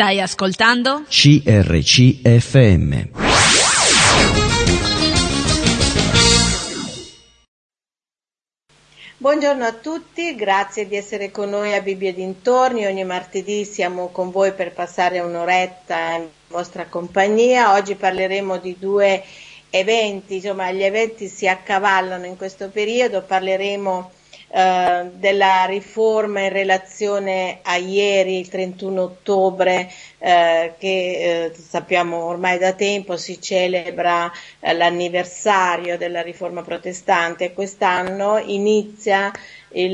Stai ascoltando? CRC FM. Buongiorno a tutti, grazie di essere con noi a Bibbia e dintorni. Ogni martedì siamo con voi per passare un'oretta in vostra compagnia. Oggi parleremo di due eventi, insomma gli eventi si accavallano in questo periodo. Parleremo della riforma in relazione a ieri, il 31 ottobre, che sappiamo ormai da tempo si celebra l'anniversario della riforma protestante. Quest'anno inizia il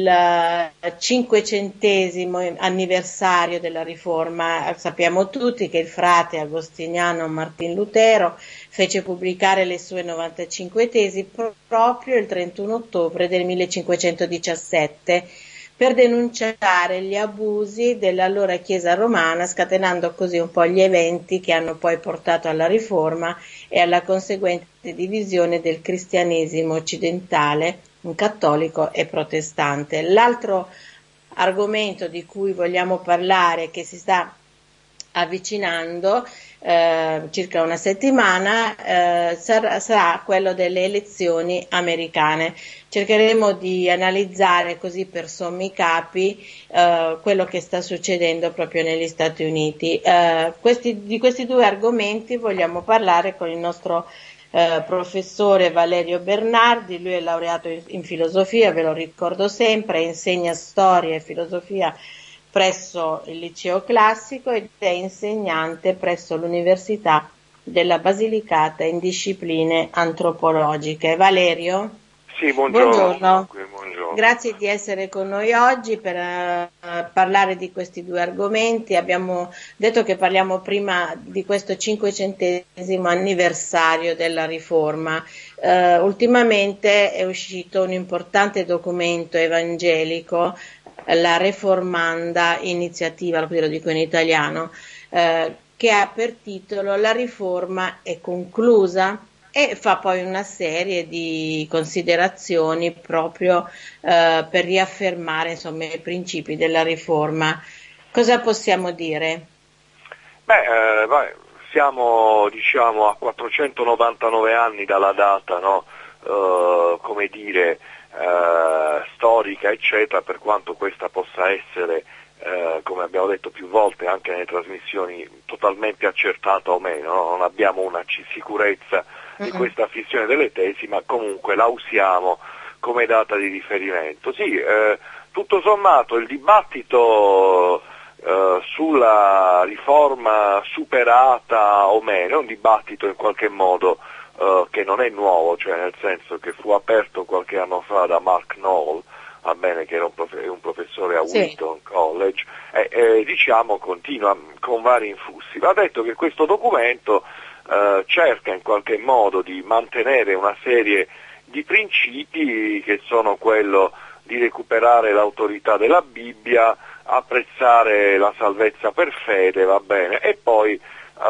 500° anniversario della riforma. Sappiamo tutti che il frate agostiniano Martin Lutero fece pubblicare le sue 95 tesi proprio il 31 ottobre del 1517 per denunciare gli abusi dell'allora Chiesa romana, scatenando così un po' gli eventi che hanno poi portato alla riforma e alla conseguente divisione del cristianesimo occidentale in cattolico e protestante. L'altro argomento di cui vogliamo parlare, che si sta avvicinando circa una settimana, sarà quello delle elezioni americane. Cercheremo di analizzare così per sommi capi quello che sta succedendo proprio negli Stati Uniti. Di questi due argomenti vogliamo parlare con il nostro professore Valerio Bernardi. Lui è laureato in filosofia, ve lo ricordo sempre, insegna storia e filosofia presso il liceo classico ed è insegnante presso l'Università della Basilicata in discipline antropologiche. Valerio? Sì, buongiorno. Buongiorno. Grazie di essere con noi oggi per parlare di questi due argomenti. Abbiamo detto che parliamo prima di questo 500° anniversario della riforma. Ultimamente è uscito un importante documento evangelico, la Reformanda Iniziativa, lo dico in italiano, che ha per titolo La riforma è conclusa, e fa poi una serie di considerazioni proprio per riaffermare insomma i principi della riforma. Cosa possiamo dire? Siamo a 499 anni dalla data, no? Storica, eccetera, per quanto questa possa essere, come abbiamo detto più volte anche nelle trasmissioni, totalmente accertata o meno, no? Non abbiamo una sicurezza di questa affissione delle tesi, ma comunque la usiamo come data di riferimento. Sì, tutto sommato il dibattito sulla riforma superata o meno è un dibattito in qualche modo che non è nuovo, cioè nel senso che fu aperto qualche anno fa da Mark Knoll, va bene, che era un professore a Wheaton College, continua con vari influssi. Va detto che questo documento cerca in qualche modo di mantenere una serie di principi che sono quello di recuperare l'autorità della Bibbia, apprezzare la salvezza per fede, va bene, e poi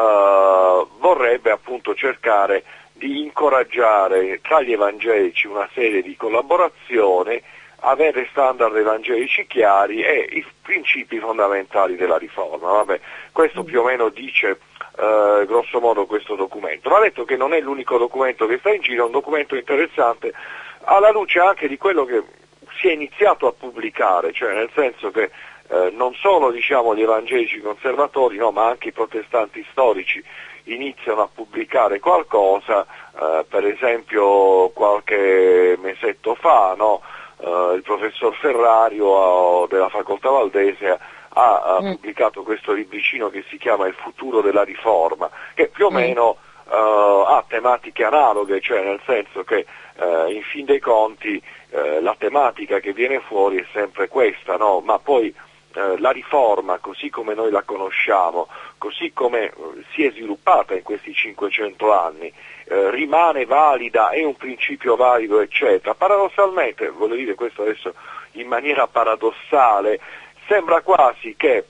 vorrebbe appunto cercare di incoraggiare tra gli evangelici una serie di collaborazione, avere standard evangelici chiari e i principi fondamentali della riforma. Vabbè, questo più o meno dice grosso modo questo documento. Va detto che non è l'unico documento che sta in giro, è un documento interessante alla luce anche di quello che si è iniziato a pubblicare, cioè nel senso che non solo gli evangelici conservatori, no, ma anche i protestanti storici iniziano a pubblicare qualcosa, per esempio qualche mesetto fa, no, il professor Ferrario della Facoltà Valdese ha pubblicato questo libricino che si chiama Il futuro della riforma, che più o meno ha tematiche analoghe, cioè nel senso che in fin dei conti la tematica che viene fuori è sempre questa, no? Ma poi la riforma, così come noi la conosciamo, così come si è sviluppata in questi 500 anni, rimane valida, è un principio valido, eccetera. Paradossalmente, voglio dire questo adesso in maniera paradossale, sembra quasi che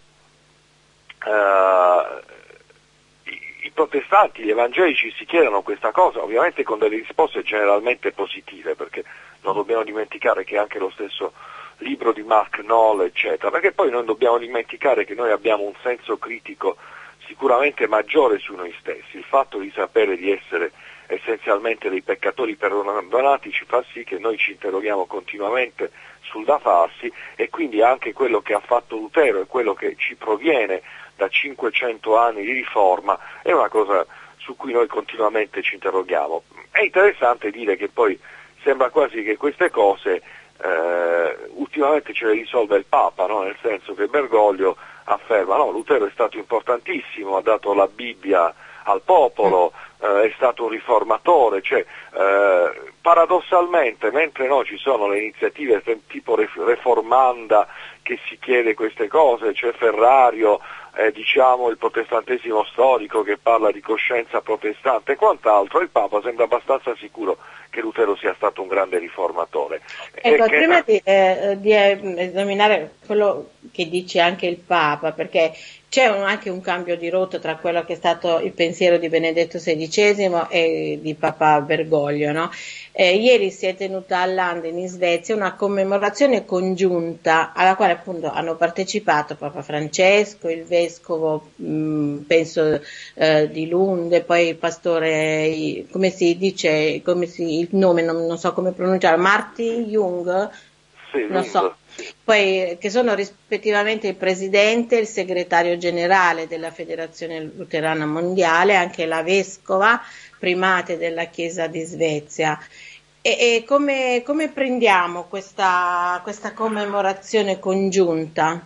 i protestanti, gli evangelici si chiedano questa cosa, ovviamente con delle risposte generalmente positive, perché non dobbiamo dimenticare che anche lo stesso libro di Mark Knoll, eccetera, perché poi non dobbiamo dimenticare che noi abbiamo un senso critico sicuramente maggiore su noi stessi. Il fatto di sapere di essere essenzialmente dei peccatori perdonati ci fa sì che noi ci interroghiamo continuamente sul da farsi, e quindi anche quello che ha fatto Lutero e quello che ci proviene da 500 anni di riforma è una cosa su cui noi continuamente ci interroghiamo. È interessante dire che poi sembra quasi che queste cose ultimamente ce le risolve il Papa, no? Nel senso che Bergoglio afferma no, Lutero è stato importantissimo, ha dato la Bibbia al popolo, è stato un riformatore, cioè paradossalmente mentre no, ci sono le iniziative tipo Reformanda che si chiede queste cose, c'è Ferrario, diciamo il protestantesimo storico che parla di coscienza protestante e quant'altro, il Papa sembra abbastanza sicuro che Lutero sia stato un grande riformatore. Ecco, prima di esaminare quello che dice anche il Papa, perché c'è anche un cambio di rotta tra quello che è stato il pensiero di Benedetto XVI e di Papa Bergoglio, no? Ieri si è tenuta a Landen in Svezia una commemorazione congiunta alla quale appunto hanno partecipato Papa Francesco, il vescovo penso di Lund, e poi il pastore, come si dice, il nome non so come pronunciare, Martin Jung, sì, non so. Poi che sono rispettivamente il presidente e il segretario generale della Federazione Luterana Mondiale, anche la vescova primate della Chiesa di Svezia. E come prendiamo questa commemorazione congiunta?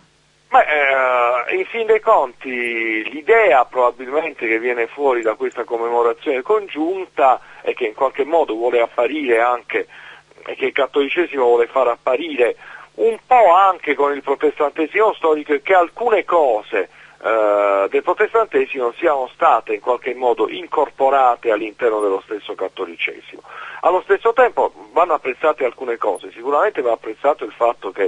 In fin dei conti l'idea probabilmente che viene fuori da questa commemorazione congiunta è che in qualche modo vuole apparire anche, e che il cattolicesimo vuole far apparire un po' anche con il protestantesimo storico, che alcune cose del protestantesimo siano state in qualche modo incorporate all'interno dello stesso cattolicesimo. Allo stesso tempo vanno apprezzate alcune cose, sicuramente va apprezzato il fatto che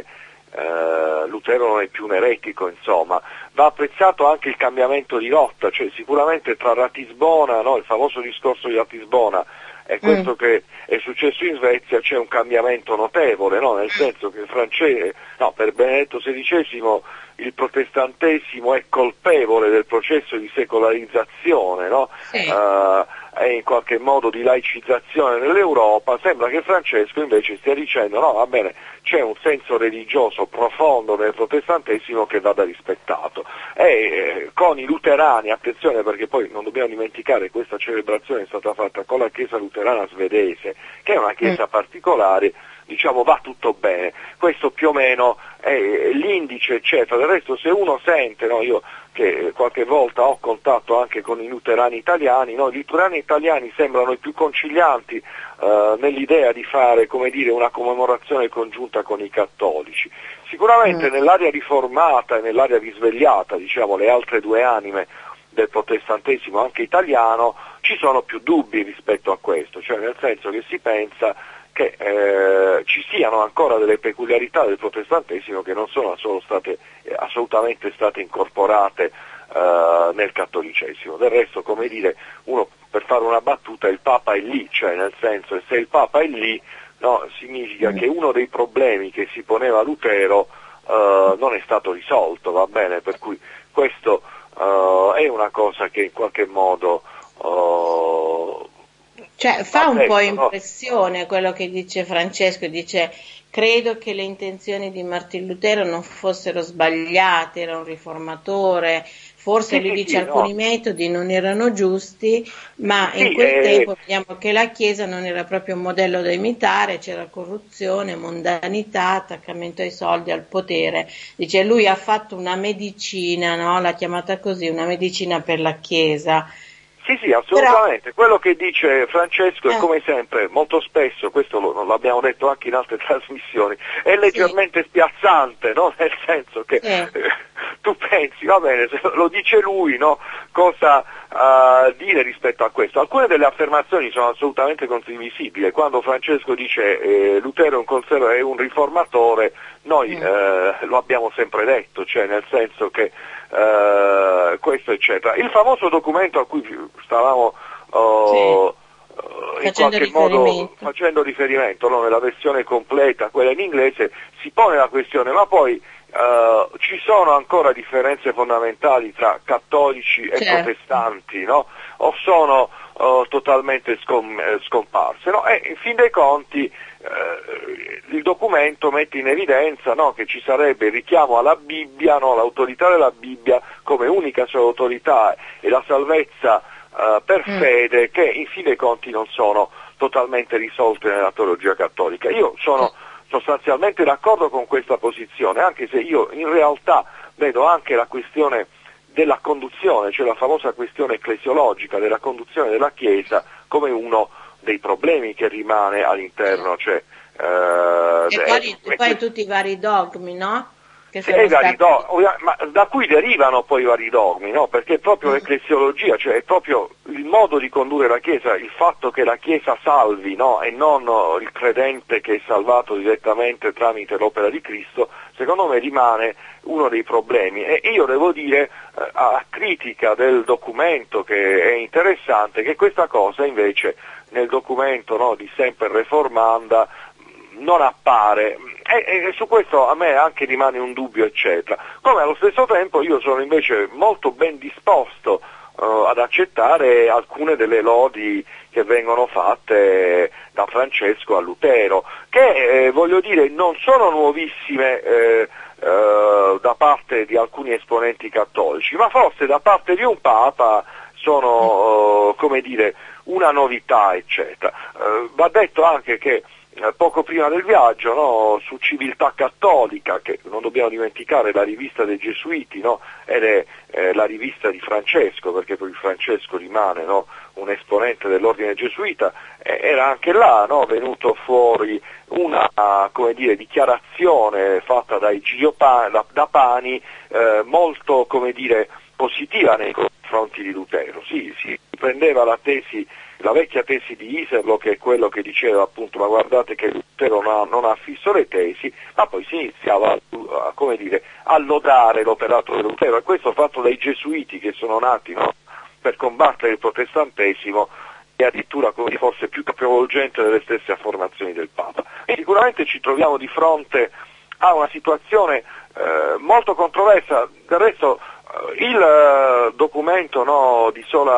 Lutero non è più un eretico, insomma, va apprezzato anche il cambiamento di rotta, cioè sicuramente tra Ratisbona, no, il famoso discorso di Ratisbona, e questo che è successo in Svezia c'è un cambiamento notevole, no? Nel senso che per Benedetto XVI il protestantesimo è colpevole del processo di secolarizzazione, no? Sì. E in qualche modo di laicizzazione dell'Europa. Sembra che Francesco invece stia dicendo no, va bene, c'è un senso religioso profondo nel protestantesimo che vada rispettato, e con i luterani, attenzione perché poi non dobbiamo dimenticare, questa celebrazione è stata fatta con la chiesa luterana svedese, che è una chiesa particolare, diciamo va tutto bene, questo più o meno è l'indice, eccetera. Del resto se uno sente, no, io che qualche volta ho contatto anche con i luterani italiani, no, i luterani italiani sembrano i più concilianti nell'idea di fare, come dire, una commemorazione congiunta con i cattolici. Sicuramente nell'area riformata e nell'area risvegliata, diciamo le altre due anime del protestantesimo anche italiano, ci sono più dubbi rispetto a questo, cioè nel senso che si pensa che ci siano ancora delle peculiarità del protestantesimo che non sono assolutamente state incorporate nel cattolicesimo. Del resto, come dire, uno per fare una battuta, il Papa è lì, cioè nel senso che se il Papa è lì, no, significa che uno dei problemi che si poneva Lutero non è stato risolto, va bene? Per cui questo è una cosa che in qualche modo cioè fa un po' impressione quello che dice Francesco, dice credo che le intenzioni di Martin Lutero non fossero sbagliate, era un riformatore, forse lui dice alcuni metodi non erano giusti, ma in quel tempo vediamo che la Chiesa non era proprio un modello da imitare, c'era corruzione, mondanità, attaccamento ai soldi, al potere. Dice lui ha fatto una medicina, no? L'ha chiamata così, una medicina per la Chiesa. Sì, assolutamente. Quello che dice Francesco è come sempre, molto spesso, questo l'abbiamo detto anche in altre trasmissioni, è leggermente spiazzante, no? Nel senso che tu pensi, va bene, se lo dice lui, no? Cosa dire rispetto a questo? Alcune delle affermazioni sono assolutamente condivisibili. Quando Francesco dice Lutero è un riformatore, noi lo abbiamo sempre detto, cioè nel senso che questo eccetera. Il famoso documento a cui stavamo in qualche modo facendo riferimento, no? Nella versione completa, quella in inglese, si pone la questione, ma poi ci sono ancora differenze fondamentali tra cattolici e protestanti, no? O sono totalmente scomparse, no? E in fin dei conti il documento mette in evidenza, no, che ci sarebbe il richiamo alla Bibbia, no, l'autorità della Bibbia come unica sua autorità e la salvezza per fede, che in fin dei conti non sono totalmente risolte nella teologia cattolica. Io sono sostanzialmente d'accordo con questa posizione, anche se io in realtà vedo anche la questione della conduzione, cioè la famosa questione ecclesiologica della conduzione della Chiesa, come uno dei problemi che rimane all'interno, cioè poi tutti i vari dogmi, no? Ma da cui derivano poi i vari dogmi, no? Perché proprio l'ecclesiologia, cioè è proprio il modo di condurre la Chiesa, il fatto che la Chiesa salvi, no? E non il credente che è salvato direttamente tramite l'opera di Cristo, secondo me rimane uno dei problemi. E io devo dire, a critica del documento, che è interessante, che questa cosa invece nel documento, no, di Semper Reformanda non appare, e su questo a me anche rimane un dubbio, eccetera. Come allo stesso tempo io sono invece molto ben disposto ad accettare alcune delle lodi che vengono fatte da Francesco a Lutero, che voglio dire non sono nuovissime da parte di alcuni esponenti cattolici, ma forse da parte di un Papa sono come dire una novità, eccetera. Va detto anche che poco prima del viaggio, no, su Civiltà Cattolica, che non dobbiamo dimenticare la rivista dei Gesuiti, no, ed è la rivista di Francesco, perché poi Francesco rimane, no, un esponente dell'ordine gesuita, era anche là, no, venuto fuori una come dire, dichiarazione fatta da Pani molto come dire, positiva nei confronti di Lutero. Sì, si prendeva la vecchia tesi di Iserlo, che è quello che diceva appunto, ma guardate che Lutero non ha fisso le tesi, ma poi si iniziava come dire, a lodare l'operato di Lutero, e questo fatto dai Gesuiti, che sono nati, no, per combattere il protestantesimo, e addirittura come forse più capovolgente delle stesse affermazioni del Papa. E sicuramente ci troviamo di fronte a una situazione molto controversa. Del resto il documento, no,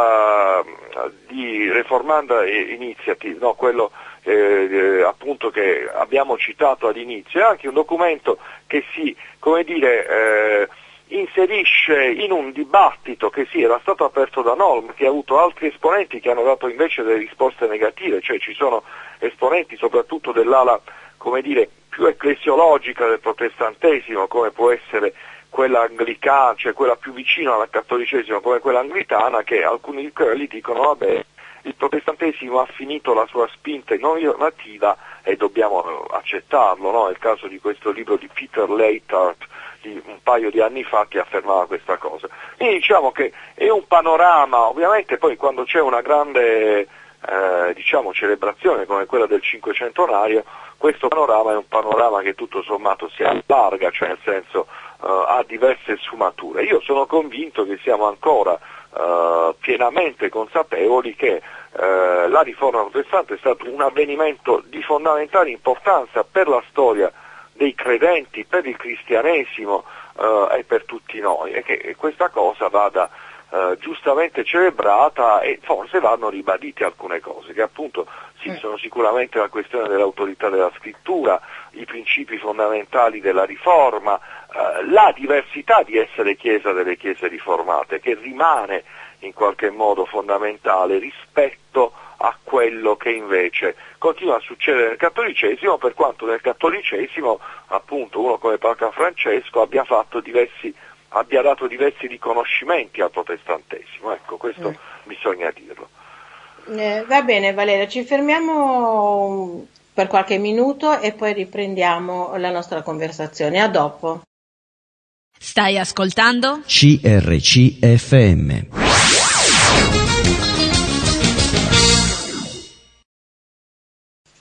di Reformanda Initiative, no, quello appunto che abbiamo citato all'inizio, è anche un documento che si, come dire, inserisce in un dibattito che sì, era stato aperto da Nolm, che ha avuto altri esponenti che hanno dato invece delle risposte negative, cioè ci sono esponenti soprattutto dell'ala, come dire, più ecclesiologica del protestantesimo, come può essere quella anglicana, cioè quella più vicina al cattolicesimo come quella anglicana, che alcuni di quelli dicono vabbè, il protestantesimo ha finito la sua spinta innovativa e dobbiamo accettarlo, no? È il caso di questo libro di Peter Leithart di un paio di anni fa, che affermava questa cosa. Quindi diciamo che è un panorama, ovviamente poi quando c'è una grande diciamo celebrazione come quella del Cinquecentenario, questo panorama è un panorama che tutto sommato si allarga, cioè nel senso ha diverse sfumature. Io sono convinto che siamo ancora pienamente consapevoli che la riforma protestante è stato un avvenimento di fondamentale importanza per la storia dei credenti, per il cristianesimo e per tutti noi, e che questa cosa vada giustamente celebrata, e forse vanno ribadite alcune cose, che appunto sì, sono sicuramente la questione dell'autorità della scrittura, i principi fondamentali della riforma, la diversità di essere chiesa delle chiese riformate, che rimane in qualche modo fondamentale rispetto a quello che invece continua a succedere nel cattolicesimo, per quanto nel cattolicesimo appunto uno come Papa Francesco abbia dato diversi riconoscimenti al protestantesimo. Ecco, questo bisogna dirlo. Va bene Valeria, ci fermiamo per qualche minuto e poi riprendiamo la nostra conversazione. A dopo. Stai ascoltando? CRCFM.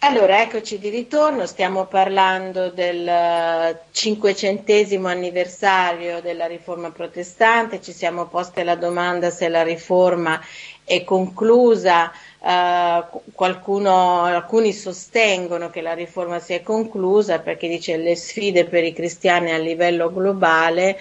Allora, eccoci di ritorno, stiamo parlando del 500° anniversario della Riforma protestante, ci siamo poste la domanda se la Riforma è conclusa, alcuni sostengono che la Riforma sia conclusa perché dice le sfide per i cristiani a livello globale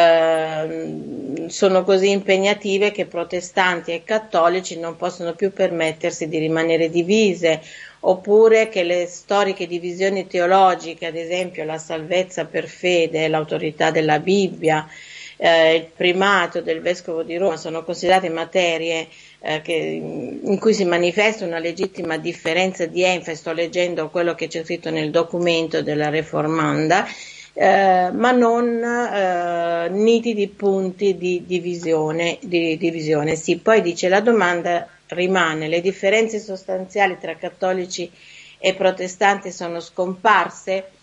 sono così impegnative che protestanti e cattolici non possono più permettersi di rimanere divise, oppure che le storiche divisioni teologiche, ad esempio la salvezza per fede, l'autorità della Bibbia, il primato del Vescovo di Roma, sono considerate materie in cui si manifesta una legittima differenza di enfasi. Sto leggendo quello che c'è scritto nel documento della Reformanda, ma non nitidi punti di divisione. Sì, poi dice la domanda rimane: le differenze sostanziali tra cattolici e protestanti sono scomparse?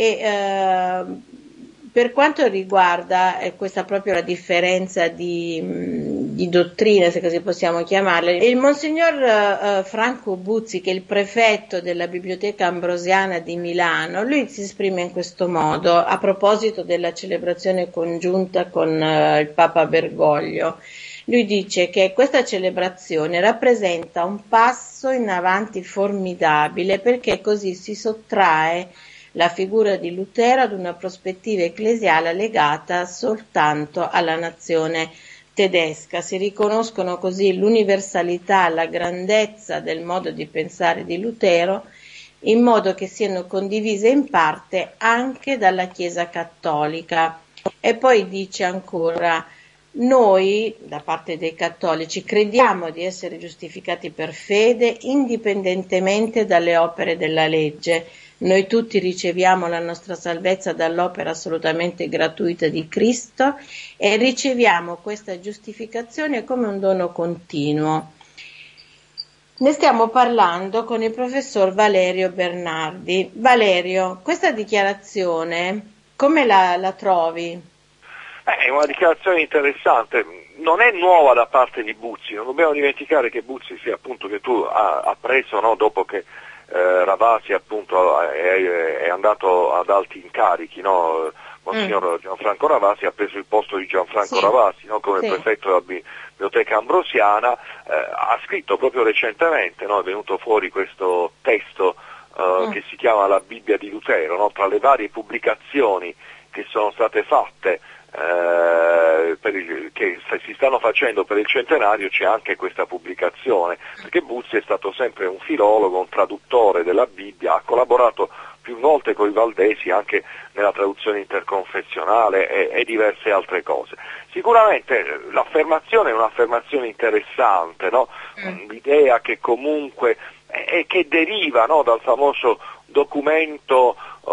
E per quanto riguarda questa proprio la differenza di dottrina, se così possiamo chiamarla, il Monsignor Franco Buzzi, che è il prefetto della Biblioteca Ambrosiana di Milano, lui si esprime in questo modo a proposito della celebrazione congiunta con il Papa Bergoglio. Lui dice che questa celebrazione rappresenta un passo in avanti formidabile, perché così si sottrae la figura di Lutero ad una prospettiva ecclesiale legata soltanto alla nazione tedesca. Si riconoscono così l'universalità, la grandezza del modo di pensare di Lutero, in modo che siano condivise in parte anche dalla Chiesa cattolica. E poi dice ancora: noi, da parte dei cattolici, crediamo di essere giustificati per fede indipendentemente dalle opere della legge. Noi tutti riceviamo la nostra salvezza dall'opera assolutamente gratuita di Cristo e riceviamo questa giustificazione come un dono continuo. Ne stiamo parlando con il professor Valerio Bernardi. Valerio, questa dichiarazione come la trovi? È una dichiarazione interessante, non è nuova da parte di Buzzi, non dobbiamo dimenticare che Buzzi, sì, appunto, che tu ha preso, no, dopo che Ravasi appunto è andato ad alti incarichi, no? Monsignor Gianfranco Ravasi ha preso il posto di Gianfranco Ravasi, no? Come prefetto della Biblioteca Ambrosiana, ha scritto proprio recentemente, no? È venuto fuori questo testo che si chiama La Bibbia di Lutero, no? Tra le varie pubblicazioni che sono state fatte che si stanno facendo per il centenario, c'è anche questa pubblicazione, perché Buzzi è stato sempre un filologo, un traduttore della Bibbia, ha collaborato più volte con i Valdesi anche nella traduzione interconfessionale e diverse altre cose. Sicuramente l'affermazione è un'affermazione interessante, no? L'idea che comunque che deriva, no, dal famoso documento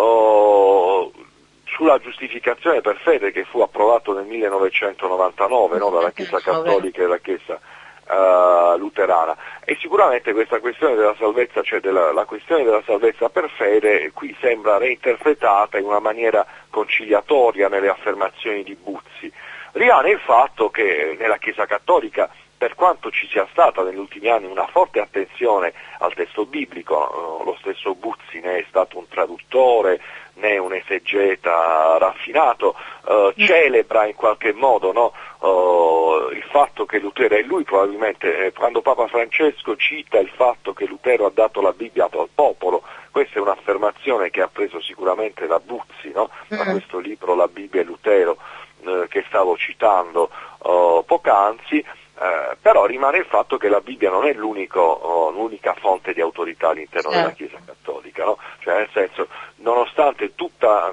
sulla giustificazione per fede che fu approvato nel 1999, no, dalla Chiesa Cattolica e dalla Chiesa luterana. E sicuramente questa questione della salvezza, cioè la questione della salvezza per fede, qui sembra reinterpretata in una maniera conciliatoria nelle affermazioni di Buzzi. Rimane il fatto che nella Chiesa Cattolica, per quanto ci sia stata negli ultimi anni una forte attenzione al testo biblico, lo stesso Buzzi ne è stato un traduttore, ne è un esegeta raffinato, celebra in qualche modo, no, il fatto che Lutero, e lui probabilmente quando Papa Francesco cita il fatto che Lutero ha dato la Bibbia al popolo, questa è un'affermazione che ha preso sicuramente da Buzzi, no? Da questo libro La Bibbia e Lutero che stavo citando poc'anzi. Però rimane il fatto che la Bibbia non è l'unica fonte di autorità all'interno della Chiesa Cattolica, no? Cioè, nel senso, nonostante tutta,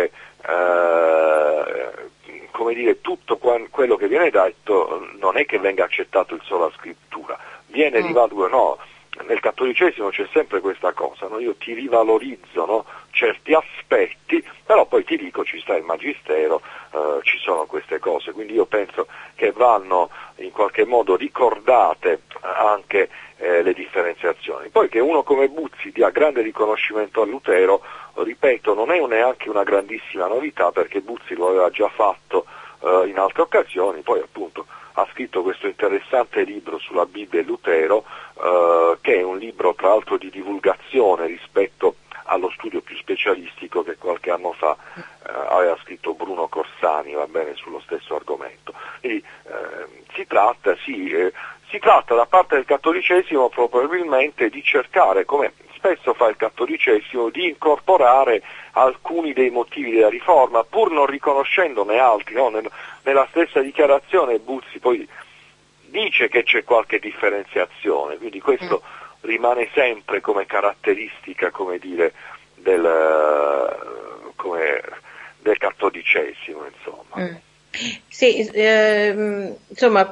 tutto quello che viene detto, non è che venga accettato il sola scrittura, viene rivalutato, no? Nel cattolicesimo c'è sempre questa cosa, no? Io ti rivalorizzo, no, certi aspetti, però poi ti dico ci sta il magistero, ci sono queste cose, quindi io penso che vanno in qualche modo ricordate anche le differenziazioni. Poi che uno come Buzzi dia grande riconoscimento a Lutero, ripeto, non è neanche una grandissima novità, perché Buzzi lo aveva già fatto in altre occasioni, poi appunto ha scritto questo interessante libro sulla Bibbia e Lutero, che è un libro tra l'altro di divulgazione rispetto allo studio più specialistico che qualche anno fa aveva scritto Bruno Corsani, va bene, sullo stesso argomento. Quindi si tratta da parte del cattolicesimo probabilmente di cercare, come spesso fa il cattolicesimo, di incorporare alcuni dei motivi della riforma, pur non riconoscendone altri, no? Nella stessa dichiarazione Buzzi poi dice che c'è qualche differenziazione, quindi questo rimane sempre come caratteristica, come dire, del cattolicesimo, insomma. Sì, insomma,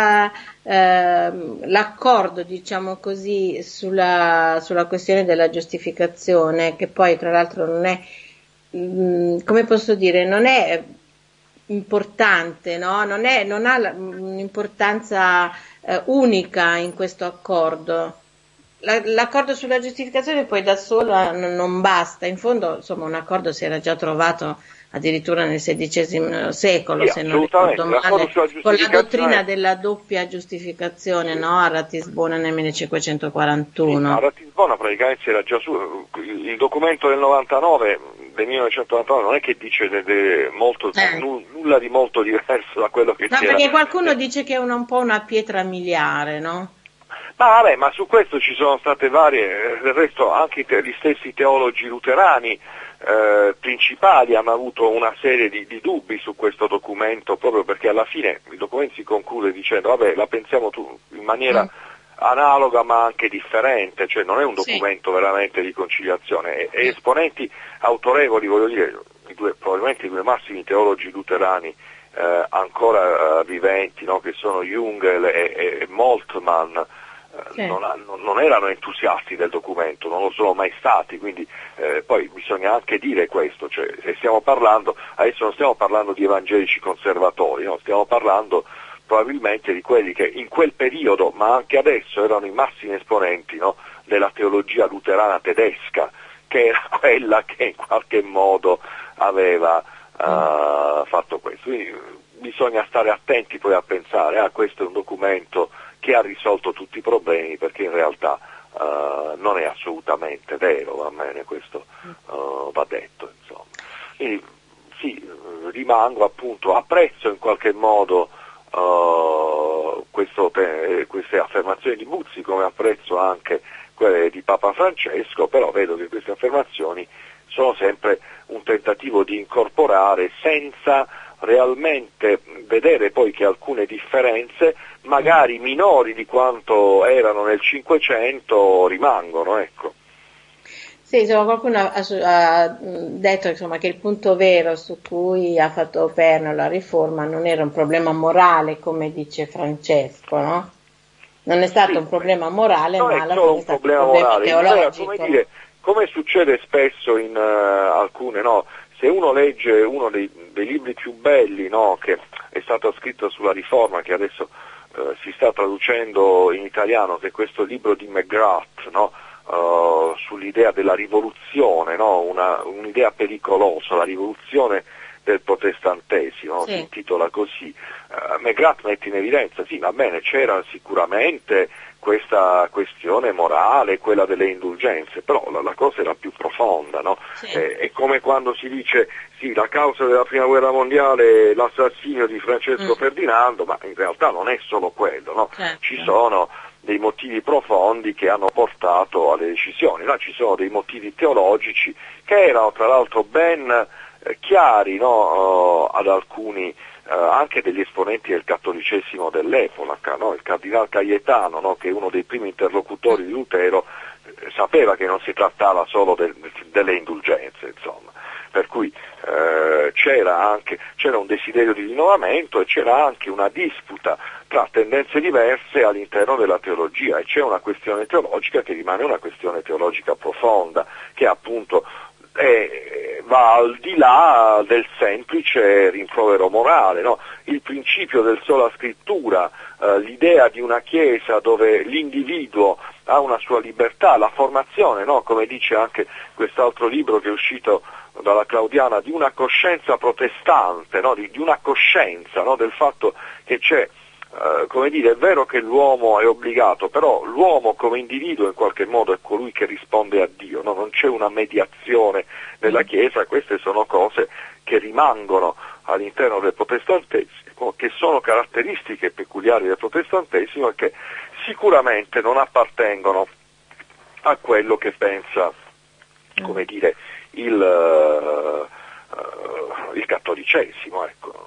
l'accordo, diciamo così, sulla questione della giustificazione, che poi tra l'altro non è, come posso dire, non è importante, no? Non ha un'importanza unica in questo accordo. L'accordo sulla giustificazione poi da solo non basta, in fondo insomma un accordo si era già trovato addirittura nel XVI secolo, se non ricordo male, con la dottrina della doppia giustificazione, no? A Ratisbona nel 1541. Sì, a Ratisbona praticamente era già il documento del 99, del 1999, non è che dice nulla di molto diverso da quello che c'era. No, perché qualcuno dice che è un po' una pietra miliare, no? Ma su questo ci sono state varie, del resto anche gli stessi teologi luterani principali hanno avuto una serie di dubbi su questo documento, proprio perché alla fine il documento si conclude dicendo vabbè, la pensiamo in maniera analoga ma anche differente, cioè non è un documento veramente di conciliazione, e esponenti autorevoli, voglio dire, probabilmente i due massimi teologi luterani ancora viventi, no, che sono Jungel e Moltmann, non erano entusiasti del documento, non lo sono mai stati, quindi poi bisogna anche dire questo, cioè adesso non stiamo parlando di evangelici conservatori, no? Stiamo parlando probabilmente di quelli che in quel periodo, ma anche adesso, erano i massimi esponenti, no, della teologia luterana tedesca, che era quella che in qualche modo aveva fatto questo. Quindi bisogna stare attenti poi a pensare, questo è un documento che ha risolto tutti i problemi, perché in realtà non è assolutamente vero, va bene, questo va detto, insomma. Quindi sì, apprezzo in qualche modo queste affermazioni di Buzzi, come apprezzo anche quelle di Papa Francesco, però vedo che queste affermazioni sono sempre un tentativo di incorporare senza realmente vedere poi che alcune differenze, magari minori di quanto erano nel Cinquecento, rimangono, ecco. Sì, insomma, qualcuno ha detto insomma, che il punto vero su cui ha fatto perno la riforma non era un problema morale, come dice Francesco, no? Non è stato un problema morale, ma alla fine è stato un problema teologico. Come succede spesso in alcune, no? Se uno legge uno dei libri più belli, no, che è stato scritto sulla riforma, che adesso si sta traducendo in italiano, che è questo libro di McGrath, no, sull'idea della rivoluzione, no, un'idea pericolosa, la rivoluzione del protestantesimo, si intitola così. McGrath mette in evidenza, sì, va bene, c'era sicuramente questa questione morale, quella delle indulgenze, però la cosa era più profonda, no? È come quando si dice sì, la causa della prima guerra mondiale è l'assassinio di Francesco Ferdinando, ma in realtà non è solo quello, no? Ci sono dei motivi profondi che hanno portato alle decisioni, no? Ci sono dei motivi teologici che erano tra l'altro ben chiari, no? Ad alcuni anche degli esponenti del cattolicesimo dell'epoca, no? Il cardinal Cayetano, no? Che è uno dei primi interlocutori di Lutero, sapeva che non si trattava solo delle indulgenze, insomma, per cui c'era un desiderio di rinnovamento e c'era anche una disputa tra tendenze diverse all'interno della teologia, e c'è una questione teologica che rimane una questione teologica profonda, che appunto va al di là del semplice rimprovero morale, no? Il principio del sola scrittura, l'idea di una Chiesa dove l'individuo ha una sua libertà, la formazione, no? Come dice anche quest'altro libro che è uscito dalla Claudiana, di una coscienza protestante, no? di una coscienza, no? Del fatto che c'è come dire, è vero che l'uomo è obbligato, però l'uomo come individuo in qualche modo è colui che risponde a Dio, no? Non c'è una mediazione nella Chiesa, queste sono cose che rimangono all'interno del protestantesimo, che sono caratteristiche peculiari del protestantesimo e che sicuramente non appartengono a quello che pensa, come dire, il cattolicesimo, ecco.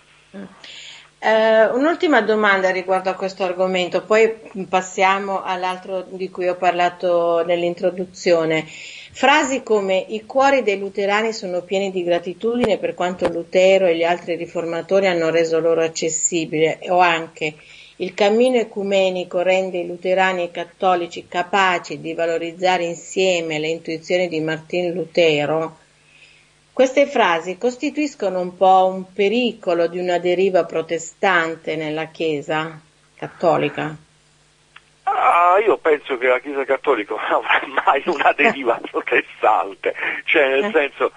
Un'ultima domanda riguardo a questo argomento, poi passiamo all'altro di cui ho parlato nell'introduzione. Frasi come i cuori dei luterani sono pieni di gratitudine per quanto Lutero e gli altri riformatori hanno reso loro accessibile, o anche il cammino ecumenico rende i luterani e i cattolici capaci di valorizzare insieme le intuizioni di Martin Lutero. Queste frasi costituiscono un po' un pericolo di una deriva protestante nella Chiesa cattolica? Io penso che la Chiesa cattolica non avrà mai una deriva protestante, cioè nel senso,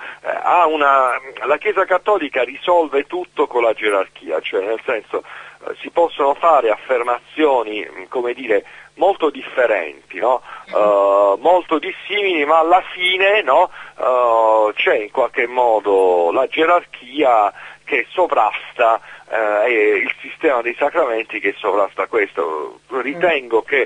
la Chiesa cattolica risolve tutto con la gerarchia, cioè nel senso, si possono fare affermazioni, come dire, molto differenti, no? Molto dissimili, ma alla fine, no? C'è in qualche modo la gerarchia che sovrasta il sistema dei sacramenti che sovrasta questo. Ritengo che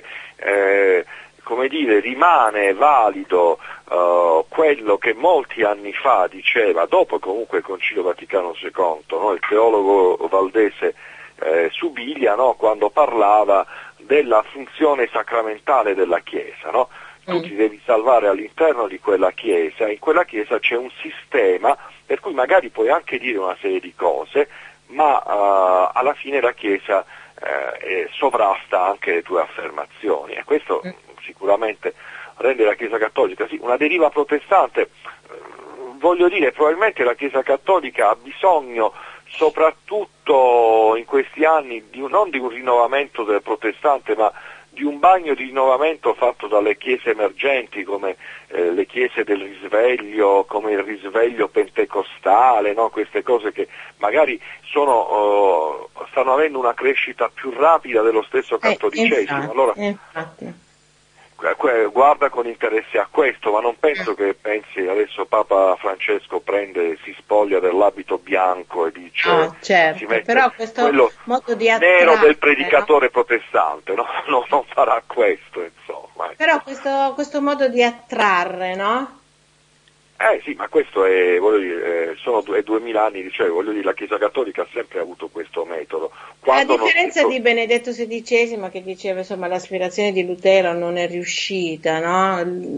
come dire, rimane valido quello che molti anni fa diceva, dopo comunque il Concilio Vaticano II, no? Il teologo valdese Subilia, no? Quando parlava della funzione sacramentale della Chiesa, no? Tu ti devi salvare all'interno di quella Chiesa, in quella Chiesa c'è un sistema per cui magari puoi anche dire una serie di cose, ma alla fine la Chiesa sovrasta anche le tue affermazioni, e questo sicuramente rende la Chiesa cattolica una deriva protestante. Voglio dire, probabilmente la Chiesa cattolica ha bisogno, soprattutto in questi anni, non di un rinnovamento del protestante, ma di un bagno di rinnovamento fatto dalle chiese emergenti, come le chiese del risveglio, come il risveglio pentecostale, no? Queste cose che magari stanno avendo una crescita più rapida dello stesso cattolicesimo. Infatti, allora, infatti. Guarda con interesse a questo, ma non penso che pensi adesso Papa Francesco si spoglia dell'abito bianco e dice certo, si mette però questo quello modo di attrarre, nero del predicatore protestante, no? Non farà questo, insomma. Però questo modo di attrarre, no? Sì, ma questo è, voglio dire, sono 2000 anni, voglio dire, la Chiesa Cattolica ha sempre avuto questo metodo. A differenza di Benedetto XVI, che diceva, insomma, l'aspirazione di Lutero non è riuscita, no?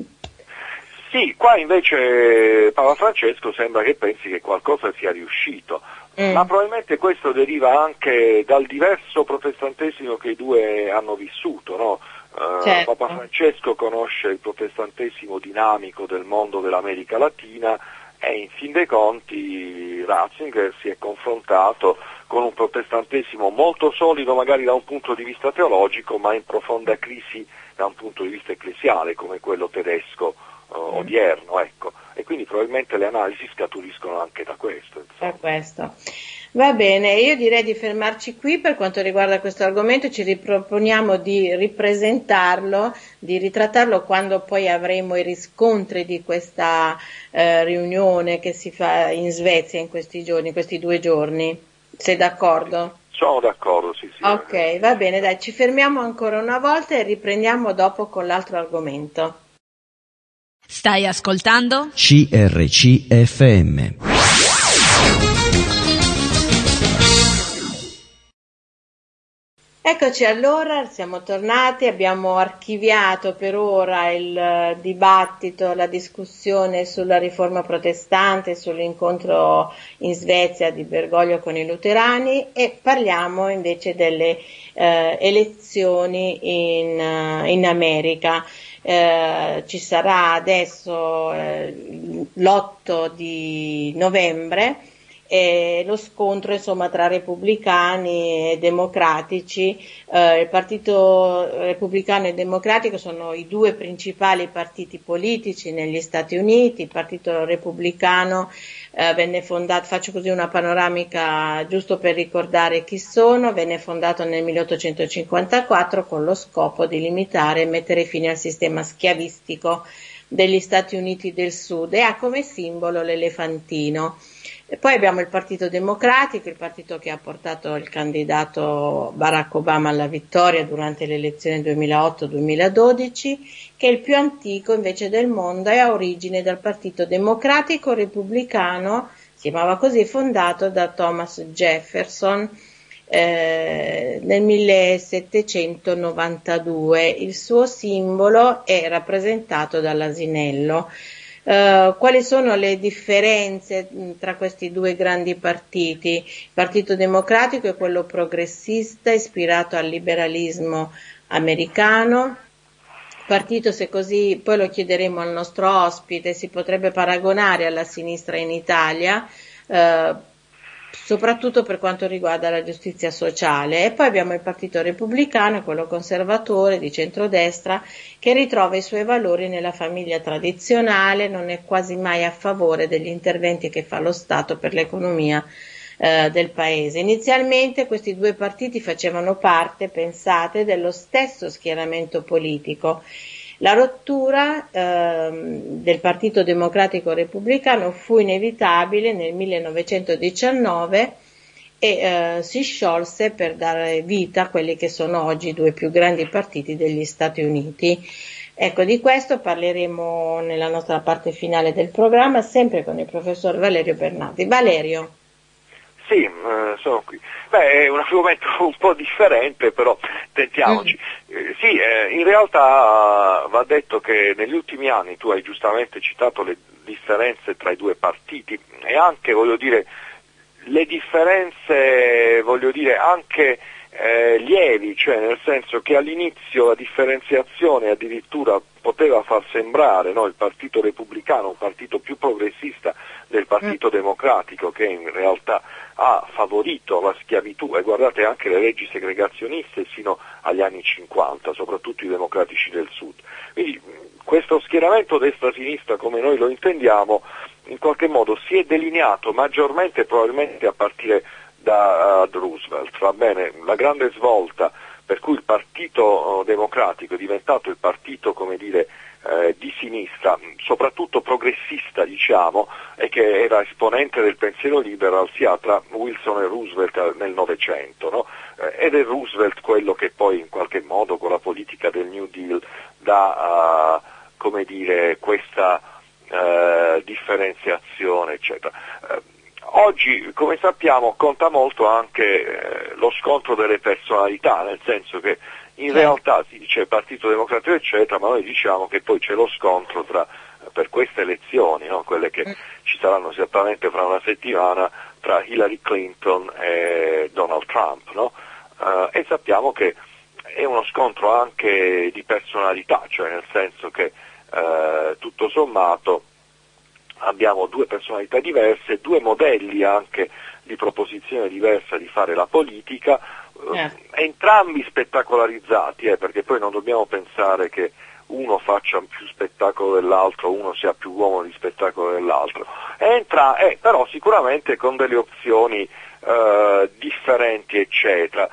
Sì, qua invece Papa Francesco sembra che pensi che qualcosa sia riuscito, ma probabilmente questo deriva anche dal diverso protestantesimo che i due hanno vissuto, no? Certo. Papa Francesco conosce il protestantesimo dinamico del mondo dell'America Latina e in fin dei conti Ratzinger si è confrontato con un protestantesimo molto solido magari da un punto di vista teologico, ma in profonda crisi da un punto di vista ecclesiale, come quello tedesco odierno, ecco. E quindi probabilmente le analisi scaturiscono anche da questo. Da questo. Va bene, io direi di fermarci qui per quanto riguarda questo argomento, ci riproponiamo di ripresentarlo, di ritrattarlo quando poi avremo i riscontri di questa riunione che si fa in Svezia in questi giorni, questi 2 giorni. Sei d'accordo? Sono d'accordo, sì. Ok, va bene, dai, ci fermiamo ancora una volta e riprendiamo dopo con l'altro argomento. Stai ascoltando? CRCFM. Eccoci allora, siamo tornati, abbiamo archiviato per ora il dibattito, la discussione sulla riforma protestante, sull'incontro in Svezia di Bergoglio con i luterani e parliamo invece delle elezioni in America. Ci sarà adesso l'8 di novembre e lo scontro insomma tra repubblicani e democratici. Il Partito Repubblicano e Democratico sono i due principali partiti politici negli Stati Uniti. Il Partito Repubblicano venne fondato, faccio così una panoramica giusto per ricordare chi sono, venne fondato nel 1854 con lo scopo di limitare e mettere fine al sistema schiavistico degli Stati Uniti del Sud e ha come simbolo l'elefantino. E poi abbiamo il Partito Democratico, il partito che ha portato il candidato Barack Obama alla vittoria durante le elezioni 2008-2012, che è il più antico invece del mondo e ha origine dal Partito Democratico Repubblicano, si chiamava così, fondato da Thomas Jefferson nel 1792. Il suo simbolo è rappresentato dall'asinello. Quali sono le differenze tra questi due grandi partiti? Il Partito Democratico è quello progressista, ispirato al liberalismo americano. Partito, se così, poi lo chiederemo al nostro ospite, si potrebbe paragonare alla sinistra in Italia, soprattutto per quanto riguarda la giustizia sociale. E poi abbiamo il Partito Repubblicano, quello conservatore di centrodestra, che ritrova i suoi valori nella famiglia tradizionale, non è quasi mai a favore degli interventi che fa lo Stato per l'economia del paese. Inizialmente questi due partiti facevano parte, pensate, dello stesso schieramento politico. La rottura del Partito Democratico Repubblicano fu inevitabile nel 1919 e si sciolse per dare vita a quelli che sono oggi i due più grandi partiti degli Stati Uniti. Ecco, di questo parleremo nella nostra parte finale del programma, sempre con il professor Valerio Bernardi. Valerio. Sì, sono qui. È un argomento un po' differente, però tentiamoci. Sì, in realtà va detto che negli ultimi anni, tu hai giustamente citato le differenze tra i due partiti e anche, le differenze, anche lievi, cioè nel senso che all'inizio la differenziazione addirittura poteva far sembrare, no, il Partito Repubblicano un partito più progressista del Partito Democratico, che in realtà ha favorito la schiavitù, e guardate anche le leggi segregazioniste sino agli anni 50, soprattutto i democratici del Sud. Quindi questo schieramento destra-sinistra, come noi lo intendiamo, in qualche modo si è delineato maggiormente probabilmente a partire da Roosevelt, va bene? La grande svolta per cui il Partito Democratico è diventato il partito, di sinistra, soprattutto progressista, e che era esponente del pensiero liberal, si ha tra Wilson e Roosevelt nel Novecento, no? Ed è Roosevelt quello che poi in qualche modo con la politica del New Deal dà, questa differenziazione, eccetera. Oggi, come sappiamo, conta molto anche lo scontro delle personalità, nel senso che in realtà si dice Partito Democratico eccetera, ma noi diciamo che poi c'è lo scontro per queste elezioni, no? Quelle che ci saranno esattamente fra una settimana, tra Hillary Clinton e Donald Trump, no? E sappiamo che è uno scontro anche di personalità, cioè nel senso che tutto sommato abbiamo due personalità diverse, due modelli anche di proposizione diversa di fare la politica, entrambi spettacolarizzati, perché poi non dobbiamo pensare che uno faccia più spettacolo dell'altro, uno sia più uomo di spettacolo dell'altro, però sicuramente con delle opzioni differenti, eccetera.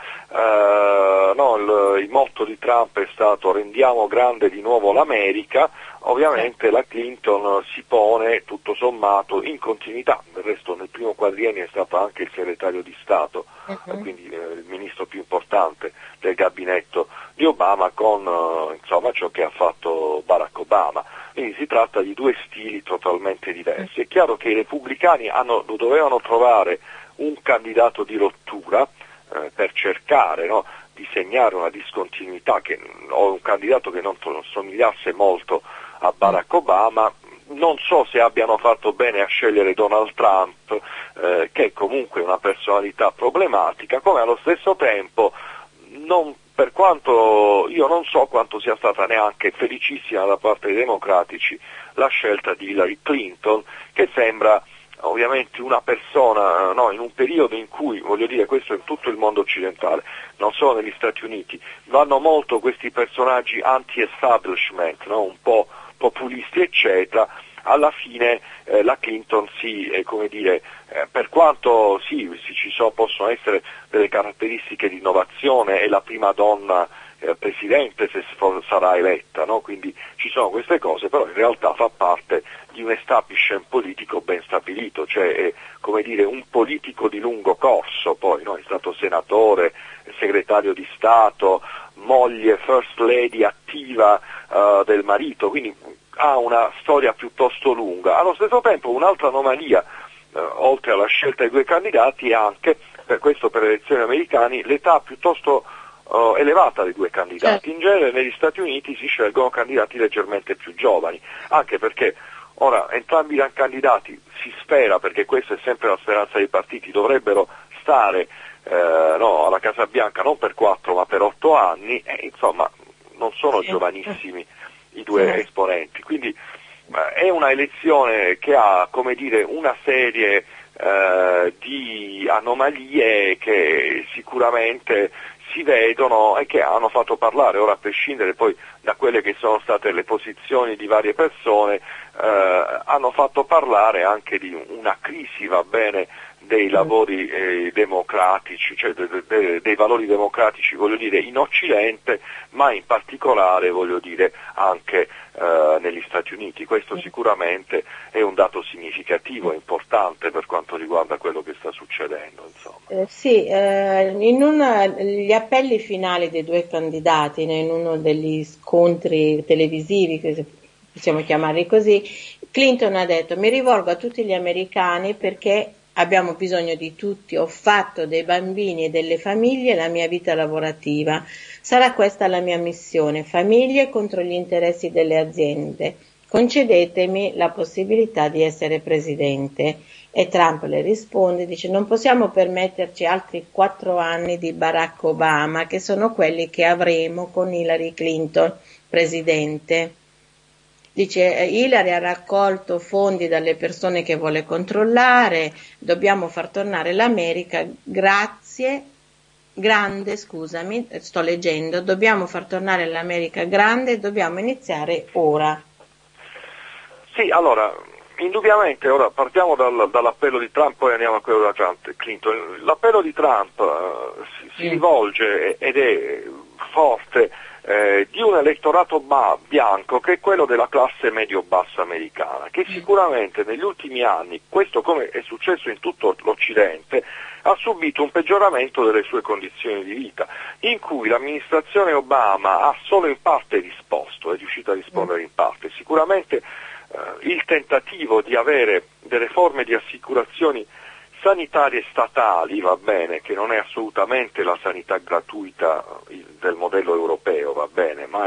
Il motto di Trump è stato rendiamo grande di nuovo l'America. Ovviamente la Clinton si pone tutto sommato in continuità, del resto nel primo quadriennio è stato anche il segretario di Stato, quindi il ministro più importante del gabinetto di Obama, con ciò che ha fatto Barack Obama. Quindi si tratta di due stili totalmente diversi. È chiaro che i repubblicani dovevano trovare un candidato di rottura per cercare, no, di segnare una discontinuità, o un candidato che non somigliasse molto a Barack Obama. Non so se abbiano fatto bene a scegliere Donald Trump, che è comunque una personalità problematica, come allo stesso tempo per quanto io non so quanto sia stata neanche felicissima da parte dei democratici la scelta di Hillary Clinton, che sembra ovviamente una persona, no, in un periodo in cui, voglio dire, questo in tutto il mondo occidentale, non solo negli Stati Uniti, vanno molto questi personaggi anti-establishment, no, un po' populisti eccetera, alla fine la Clinton per quanto possono essere delle caratteristiche di innovazione, è la prima donna presidente se sarà eletta, no? Quindi ci sono queste cose, però in realtà fa parte di un establishment politico ben stabilito, cioè è un politico di lungo corso, poi no? È stato senatore, segretario di Stato, moglie, first lady attiva del marito, quindi ha una storia piuttosto lunga. Allo stesso tempo un'altra anomalia, oltre alla scelta dei due candidati, è anche, per questo per le elezioni americane, l'età piuttosto elevata dei due candidati. In genere negli Stati Uniti si scelgono candidati leggermente più giovani, anche perché ora entrambi i candidati, si spera, perché questa è sempre la speranza dei partiti, dovrebbero stare alla Casa Bianca non per 4 ma per 8 anni, e insomma non sono giovanissimi i due esponenti, quindi è una elezione che ha una serie di anomalie che sicuramente si vedono e che hanno fatto parlare, ora a prescindere poi da quelle che sono state le posizioni di varie persone, hanno fatto parlare anche di una crisi, va bene, dei lavori democratici, cioè dei valori democratici, voglio dire, in Occidente, ma in particolare, voglio dire, anche negli Stati Uniti. Questo sicuramente è un dato significativo e importante per quanto riguarda quello che sta succedendo, insomma. Gli appelli finali dei due candidati, in uno degli scontri televisivi, che possiamo chiamarli così, Clinton ha detto: mi rivolgo a tutti gli americani perché abbiamo bisogno di tutti, ho fatto dei bambini e delle famiglie la mia vita lavorativa, sarà questa la mia missione, famiglie contro gli interessi delle aziende, concedetemi la possibilità di essere presidente. E Trump le risponde, dice: non possiamo permetterci altri 4 anni di Barack Obama, che sono quelli che avremo con Hillary Clinton presidente. Dice: Hillary ha raccolto fondi dalle persone che vuole controllare, dobbiamo far tornare l'America dobbiamo far tornare l'America grande e dobbiamo iniziare ora. Sì, allora, indubbiamente, ora partiamo dall'appello di Trump, poi andiamo a quello da Clinton. L'appello di Trump si rivolge ed è forte di un elettorato bianco, che è quello della classe medio-bassa americana, che sicuramente negli ultimi anni, questo come è successo in tutto l'Occidente, ha subito un peggioramento delle sue condizioni di vita, in cui l'amministrazione Obama ha solo in parte risposto, è riuscita a rispondere in parte. Sicuramente il tentativo di avere delle forme di assicurazioni sanitarie statali, va bene, che non è assolutamente la sanità gratuita del modello europeo, va bene, ma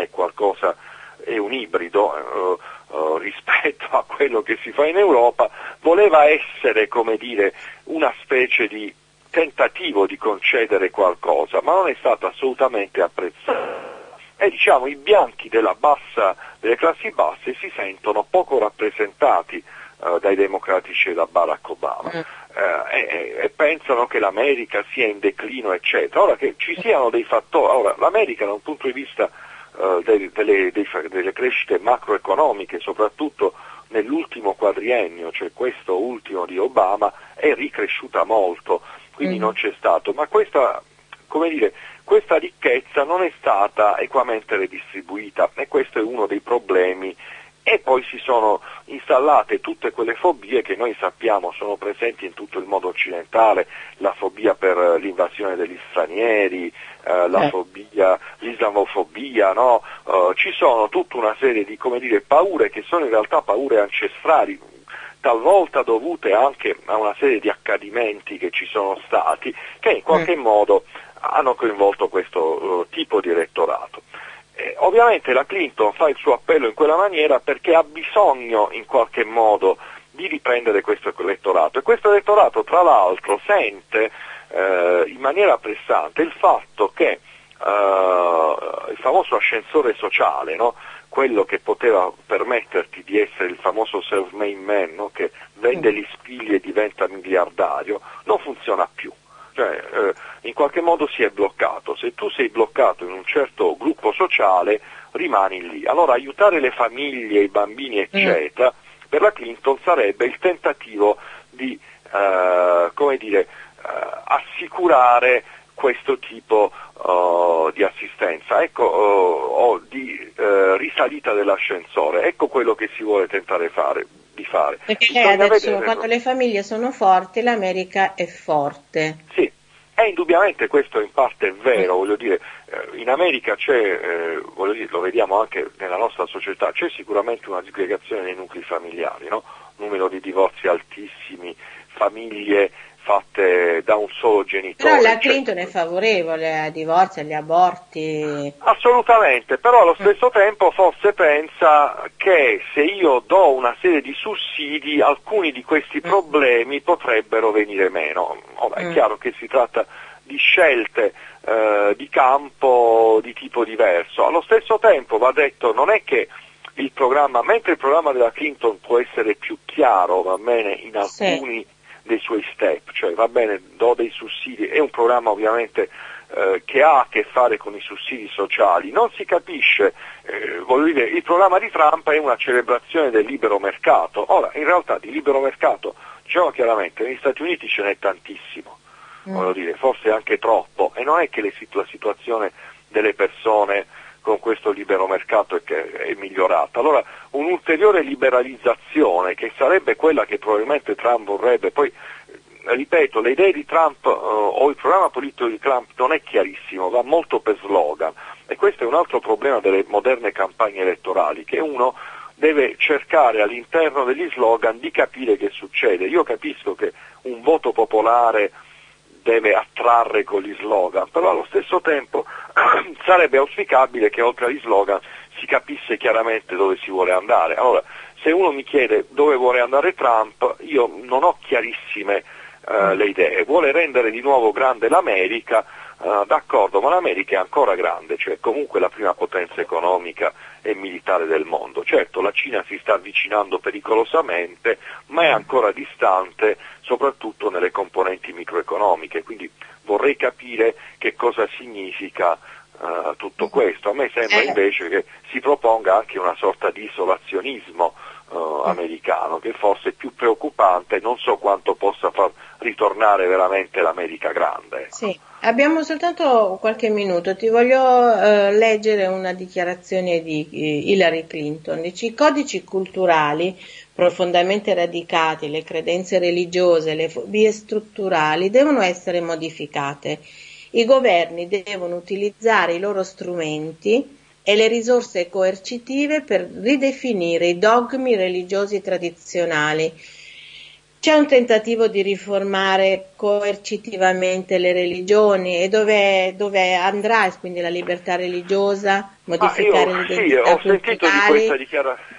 è un ibrido rispetto a quello che si fa in Europa, voleva essere, una specie di tentativo di concedere qualcosa, ma non è stato assolutamente apprezzato. E i bianchi delle classi basse si sentono poco rappresentati dai democratici e da Barack Obama e pensano che l'America sia in declino, eccetera. Ora che ci siano dei fattori, l'America da un punto di vista delle crescite macroeconomiche, soprattutto nell'ultimo quadriennio, cioè questo ultimo di Obama, è ricresciuta molto, quindi non c'è stato, ma questa ricchezza non è stata equamente redistribuita, e questo è uno dei problemi. E poi si sono installate tutte quelle fobie che noi sappiamo sono presenti in tutto il mondo occidentale, la fobia per l'invasione degli stranieri, l'islamofobia, no? Ci sono tutta una serie di paure che sono in realtà paure ancestrali, talvolta dovute anche a una serie di accadimenti che ci sono stati, che in qualche modo hanno coinvolto questo tipo di elettorato. Ovviamente la Clinton fa il suo appello in quella maniera perché ha bisogno in qualche modo di riprendere questo elettorato, e questo elettorato tra l'altro sente in maniera pressante il fatto famoso ascensore sociale, no? Quello che poteva permetterti di essere il famoso self-made man, no? Che vende gli spigli e diventa miliardario, non funziona più. Cioè, in qualche modo si è bloccato. Se tu sei bloccato in un certo gruppo sociale, rimani lì. Allora aiutare le famiglie, i bambini, eccetera, per la Clinton sarebbe il tentativo di, assicurare questo tipo di assistenza, o di risalita dell'ascensore. Ecco quello che si vuole tentare di fare. Perché lei ha detto, quando le famiglie sono forti, l'America è forte. Sì, e indubbiamente questo in parte è vero, voglio dire, in America c'è, lo vediamo anche nella nostra società, c'è sicuramente una disgregazione dei nuclei familiari, no? Numero di divorzi altissimi, famiglie fatte da un solo genitore. Però la Clinton è favorevole ai divorzi, agli aborti. Assolutamente, però allo stesso tempo forse pensa che se io do una serie di sussidi, alcuni di questi problemi potrebbero venire meno. Ora, è chiaro che si tratta di scelte di campo di tipo diverso. Allo stesso tempo va detto, non è che il programma, mentre il programma della Clinton può essere più chiaro, va bene, in alcuni dei suoi step, cioè va bene, do dei sussidi, è un programma ovviamente che ha a che fare con i sussidi sociali, non si capisce, voglio dire, il programma di Trump è una celebrazione del libero mercato. Ora, in realtà di libero mercato, diciamo chiaramente, negli Stati Uniti ce n'è tantissimo, voglio dire, forse anche troppo, e non è che la situazione delle persone con questo libero mercato è migliorata. Allora un'ulteriore liberalizzazione, che sarebbe quella che probabilmente Trump vorrebbe, poi ripeto, le idee di Trump o il programma politico di Trump non è chiarissimo, va molto per slogan, e questo è un altro problema delle moderne campagne elettorali, che uno deve cercare all'interno degli slogan di capire che succede. Io capisco che un voto popolare deve attrarre con gli slogan, però allo stesso tempo sarebbe auspicabile che oltre agli slogan si capisse chiaramente dove si vuole andare. Allora, se uno mi chiede dove vuole andare Trump, io non ho chiarissime le idee. Vuole rendere di nuovo grande l'America, d'accordo, ma l'America è ancora grande, cioè comunque la prima potenza economica e militare del mondo. Certo, la Cina si sta avvicinando pericolosamente, ma è ancora distante, soprattutto nelle componenti microeconomiche, quindi vorrei capire che cosa significa tutto questo. A me sembra invece che si proponga anche una sorta di isolazionismo americano, che forse è più preoccupante, non so quanto possa far ritornare veramente l'America grande. Sì, abbiamo soltanto qualche minuto, ti voglio leggere una dichiarazione di Hillary Clinton. Dice: i codici culturali profondamente radicati, le credenze religiose, le fobie strutturali devono essere modificate. I governi devono utilizzare i loro strumenti e le risorse coercitive per ridefinire i dogmi religiosi tradizionali. C'è un tentativo di riformare coercitivamente le religioni, e dove andrà quindi la libertà religiosa, modificare l'identità culturali?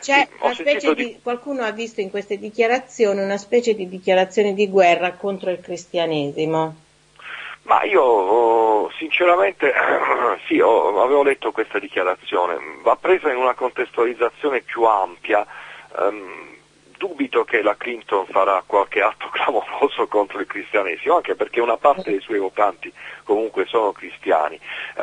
Qualcuno ha visto in queste dichiarazioni una specie di dichiarazione di guerra contro il cristianesimo. Ma io sinceramente sì, avevo letto questa dichiarazione, va presa in una contestualizzazione più ampia. Dubito che la Clinton farà qualche atto clamoroso contro il cristianesimo, anche perché una parte dei suoi votanti comunque sono cristiani.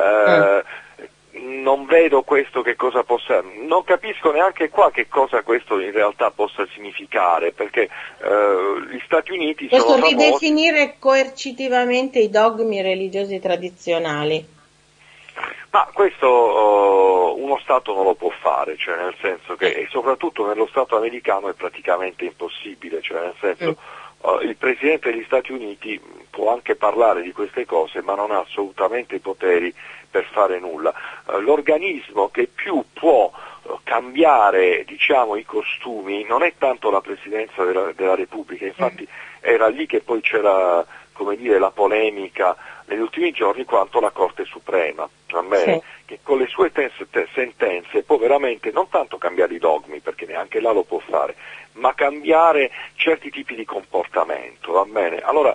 Non vedo questo che cosa possa, non capisco neanche qua che cosa questo in realtà possa significare, perché gli Stati Uniti sono famosi. Questo ridefinire coercitivamente i dogmi religiosi tradizionali. Ma questo uno Stato non lo può fare, cioè nel senso che, e soprattutto nello Stato americano è praticamente impossibile, cioè nel senso il Presidente degli Stati Uniti può anche parlare di queste cose, ma non ha assolutamente i poteri per fare nulla. L'organismo che più può cambiare, diciamo, i costumi non è tanto la Presidenza della Repubblica, infatti era lì che poi c'era, come dire, la polemica negli ultimi giorni, quanto la Corte Suprema, va bene? Che con le sue sentenze può veramente non tanto cambiare i dogmi, perché neanche là lo può fare, ma cambiare certi tipi di comportamento, va bene? Allora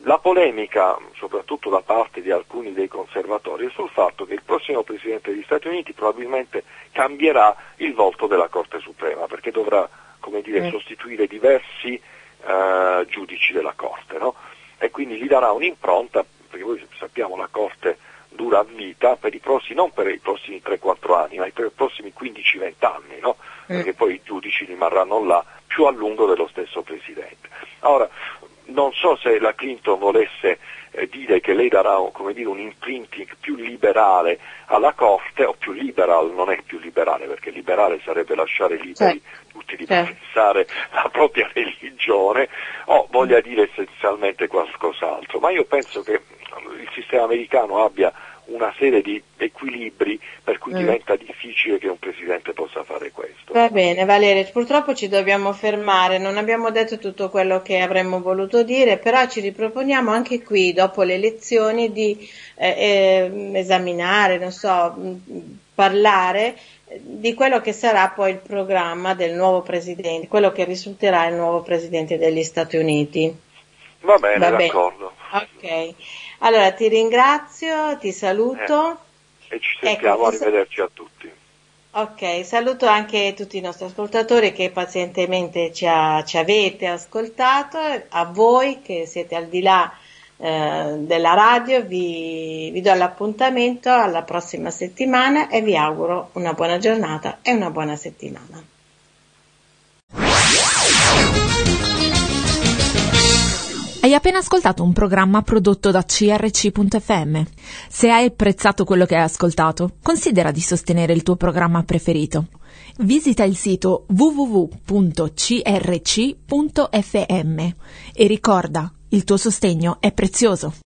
La polemica, soprattutto da parte di alcuni dei conservatori, è sul fatto che il prossimo Presidente degli Stati Uniti probabilmente cambierà il volto della Corte Suprema, perché dovrà, sostituire diversi giudici della Corte, no? E quindi gli darà un'impronta, perché voi sappiamo la Corte dura a vita non per i prossimi 3-4 anni, ma per i prossimi 15-20 anni, no? Perché poi i giudici rimarranno là più a lungo dello stesso Presidente. Ora, non so se la Clinton volesse dire che lei darà un imprinting più liberale alla Corte, o più liberal, non è più liberale, perché liberale sarebbe lasciare liberi tutti di professare la propria religione, o voglia dire essenzialmente qualcos'altro, ma io penso che il sistema americano abbia una serie di equilibri per cui diventa difficile che un presidente possa fare questo. Va bene, Valerio, purtroppo ci dobbiamo fermare, non abbiamo detto tutto quello che avremmo voluto dire, però ci riproponiamo anche qui, dopo le elezioni, di esaminare, parlare di quello che sarà poi il programma del nuovo presidente, quello che risulterà il nuovo presidente degli Stati Uniti. Va bene, d'accordo. Ok, allora ti ringrazio, ti saluto. E ci sentiamo, arrivederci a tutti. Ok, saluto anche tutti i nostri ascoltatori che pazientemente ci avete ascoltato, a voi che siete al di là della radio vi do l'appuntamento alla prossima settimana e vi auguro una buona giornata e una buona settimana. Hai appena ascoltato un programma prodotto da CRC.fm. Se hai apprezzato quello che hai ascoltato, considera di sostenere il tuo programma preferito. Visita il sito www.crc.fm e ricorda, il tuo sostegno è prezioso.